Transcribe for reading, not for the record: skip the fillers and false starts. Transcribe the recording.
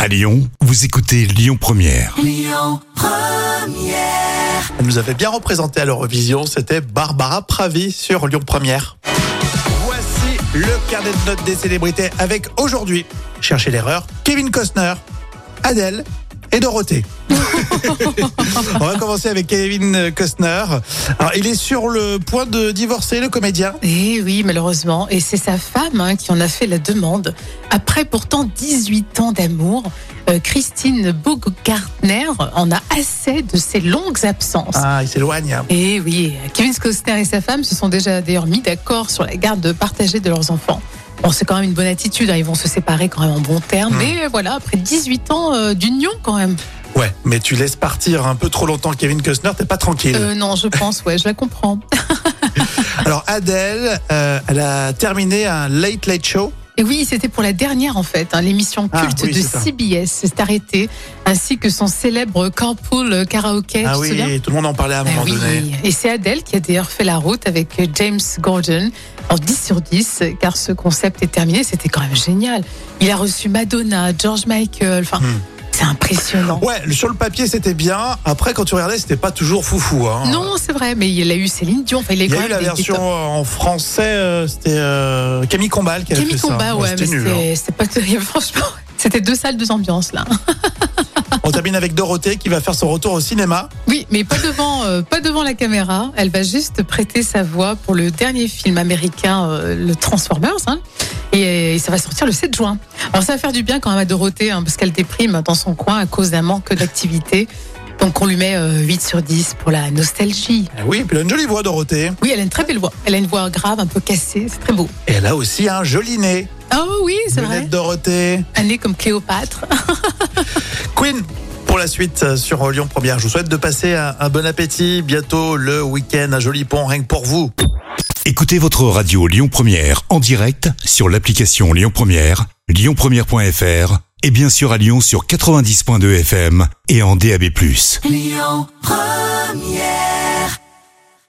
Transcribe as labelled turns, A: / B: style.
A: À Lyon, vous écoutez Lyon Première.
B: Elle nous avait bien représenté à l'Eurovision, c'était Barbara Pravi sur Lyon Première. Voici le carnet de notes des célébrités avec aujourd'hui, cherchez l'erreur, Kevin Costner, Adèle et Dorothée. On va commencer avec Kevin Costner. Alors, il est sur le point de divorcer, le comédien.
C: Eh oui, malheureusement. Et c'est sa femme qui en a fait la demande. Après pourtant 18 ans d'amour, Christine Baumgartner en a assez de ses longues absences.
B: Ah, il s'éloigne.
C: Et oui, Kevin Costner et sa femme se sont déjà d'ailleurs mis d'accord sur la garde partagée de leurs enfants. Bon, c'est quand même une bonne attitude, ils vont se séparer quand même en bons termes. Mais voilà, après 18 ans d'union quand même.
B: Ouais, mais tu laisses partir un peu trop longtemps Kevin Costner, t'es pas tranquille.
C: Non, je pense, je la comprends.
B: Alors Adèle, elle a terminé un Late Late Show.
C: Et oui, c'était pour la dernière en fait, l'émission culte de CBS s'est arrêtée, ainsi que son célèbre carpool karaoké. Tu te souviens ?
B: Tout le monde en parlait à un moment donné.
C: Et c'est Adèle qui a d'ailleurs fait la route avec James Gordon. Alors 10 sur 10, car ce concept est terminé, c'était quand même génial. Il a reçu Madonna, George Michael, c'est impressionnant.
B: Ouais, sur le papier c'était bien. Après, quand tu regardais, c'était pas toujours foufou.
C: Non, c'est vrai, mais il a eu Céline Dion.
B: Il y a eu la version en français, c'était Camille Combal qui avait fait ça.
C: Camille Combal, ouais,
B: c'était
C: mais
B: nul.
C: c'était pas terrible, franchement. C'était 2 salles, 2 ambiances là.
B: On termine avec Dorothée qui va faire son retour au cinéma.
C: Oui, mais pas devant la caméra. Elle va juste prêter sa voix pour le dernier film américain, le Transformers. Et ça va sortir le 7 juin. Alors ça va faire du bien quand même à Dorothée, parce qu'elle déprime dans son coin à cause d'un manque d'activité. Donc on lui met 8 sur 10 pour la nostalgie.
B: Oui, puis elle a une jolie voix, Dorothée.
C: Oui, elle a une très belle voix. Elle a une voix grave, un peu cassée, c'est très beau.
B: Et elle a aussi un joli nez.
C: Oh oui, c'est vrai.
B: Dorothée.
C: Un nez comme Cléopâtre.
B: Queen, pour la suite sur Lyon Première. Je vous souhaite de passer un bon appétit. Bientôt le week-end, un joli pont rien que pour vous.
A: Écoutez votre radio Lyon Première en direct sur l'application Lyon Première, lyonpremière.fr et bien sûr à Lyon sur 90.2 FM et en DAB+.
D: Lyon Première.